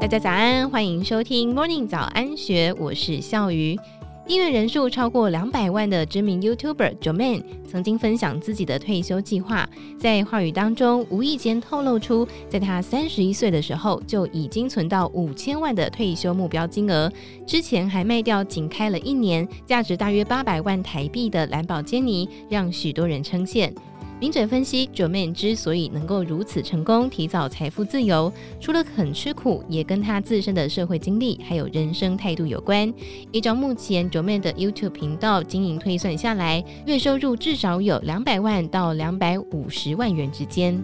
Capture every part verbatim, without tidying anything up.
大家早安，欢迎收听 Morning 早安学，我是笑瑜。订阅人数超过两百万的知名 YouTuber Joeman 曾经分享自己的退休计划，在话语当中无意间透露出，在他三十一岁的时候就已经存到五千万的退休目标金额，之前还卖掉仅开了一年价值大约八百万台币的兰博基尼，让许多人称羡。名嘴分析 Joeman 之所以能够如此成功提早财富自由，除了很吃苦，也跟他自身的社会经历还有人生态度有关。依照目前 Joeman 的 YouTube 频道经营推算下来，月收入至少有两百万到两百五十万元之间。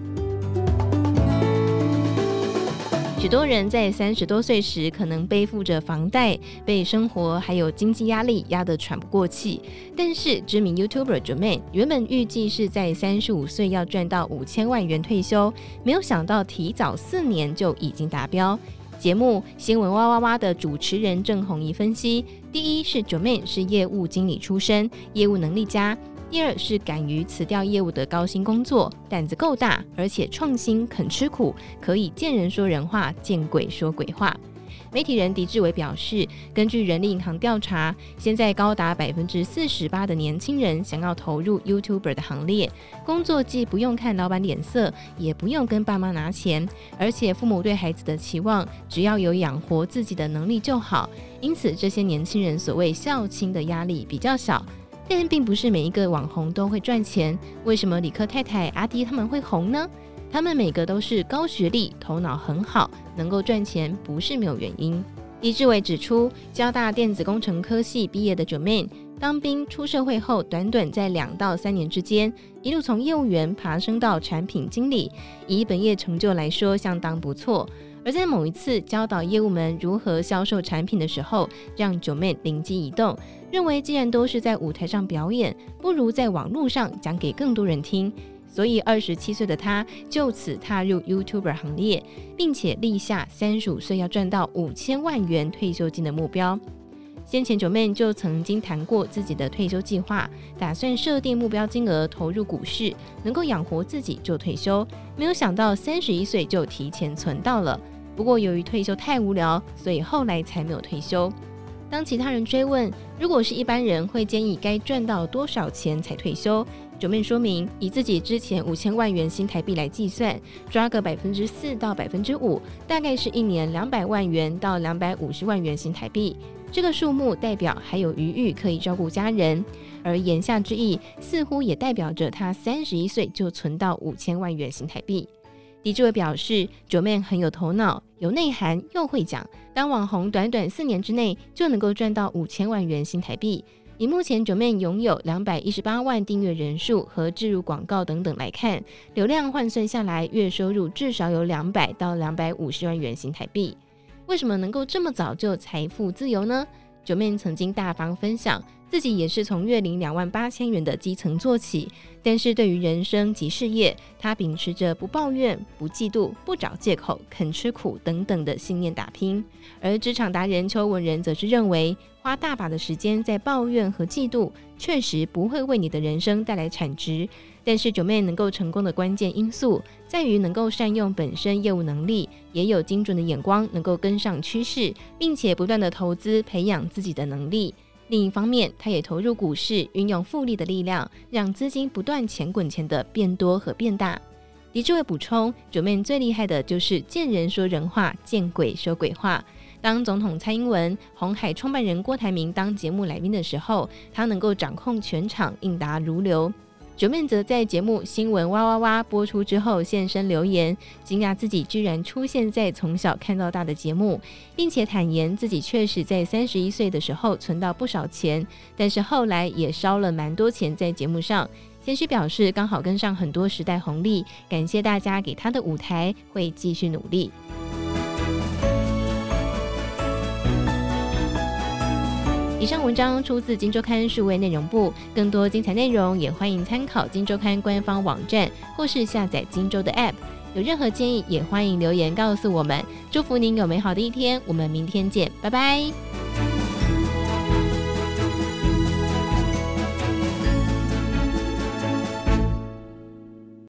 许多人在三十多岁时可能背负着房贷，被生活还有经济压力压得喘不过气。但是知名 YouTuber Joeman 原本预计是在三十五岁要赚到五千万元退休，没有想到提早四年就已经达标。节目新闻哇哇哇的主持人郑弘仪分析，第一是 Joeman 是业务经理出身，业务能力佳；第二是敢于辞掉业务的高薪工作，胆子够大，而且创新肯吃苦，可以见人说人话，见鬼说鬼话。媒体人狄志伟表示，根据人力银行调查，现在高达 百分之四十八 的年轻人想要投入 YouTuber 的行列，工作既不用看老板脸色，也不用跟爸妈拿钱，而且父母对孩子的期望只要有养活自己的能力就好，因此这些年轻人所谓孝亲的压力比较小。但并不是每一个网红都会赚钱，为什么理科太太、阿迪他们会红呢？他们每个都是高学历，头脑很好，能够赚钱不是没有原因。狄志伟指出，交大电子工程科系毕业的 Joeman 当兵出社会后，短短在两到三年之间，一路从业务员爬升到产品经理，以本业成就来说相当不错。而在某一次教导业务们如何销售产品的时候，让 Joeman 灵机一动，认为既然都是在舞台上表演，不如在网络上讲给更多人听。所以二十七岁的他就此踏入 YouTuber 行列，并且立下三十五岁要赚到五千万元退休金的目标。先前 Joeman 就曾经谈过自己的退休计划，打算设定目标金额投入股市，能够养活自己就退休。没有想到三十一岁就提前存到了，不过由于退休太无聊，所以后来才没有退休。当其他人追问，如果是一般人会建议该赚到多少钱才退休，Joeman说明，以自己之前五千万元新台币来计算，抓个百分之四到百分之五，大概是一年两百万元到两百五十万元新台币。这个数目代表还有余裕可以照顾家人，而言下之意，似乎也代表着他三十一岁就存到五千万元新台币。狄志伟表示 ，Joeman 很有头脑，有内涵，又会讲，当网红短短四年之内就能够赚到五千万元新台币。以目前 Joeman 拥有两百一十八万订阅人数和置入广告等等来看，流量换算下来，月收入至少有两百到两百五十万元新台币。为什么能够这么早就财富自由呢？ Joeman 曾经大方分享，自己也是从月领两万八千元的基层做起，但是对于人生及事业，他秉持着不抱怨、不嫉妒、不找借口、肯吃苦等等的信念打拼。而职场达人邱文仁则是认为，花大把的时间在抱怨和嫉妒，确实不会为你的人生带来产值。但是 Joeman 能够成功的关键因素，在于能够善用本身业务能力，也有精准的眼光，能够跟上趋势，并且不断的投资培养自己的能力。另一方面，他也投入股市，运用复利的力量，让资金不断钱滚钱的变多和变大。狄志伟补充 ，Joeman 最厉害的就是见人说人话，见鬼说鬼话。当总统蔡英文、鸿海创办人郭台铭当节目来宾的时候，他能够掌控全场，应答如流。Joeman 则在节目新闻哇哇哇播出之后现身留言，惊讶自己居然出现在从小看到大的节目，并且坦言自己确实在三十一岁的时候存到不少钱，但是后来也烧了蛮多钱在节目上。谦虚表示刚好跟上很多时代红利，感谢大家给他的舞台，会继续努力。以上文章出自今周刊数位内容部，更多精彩内容也欢迎参考今周刊官方网站或是下载今周的 App。 有任何建议也欢迎留言告诉我们。祝福您有美好的一天，我们明天见，拜拜。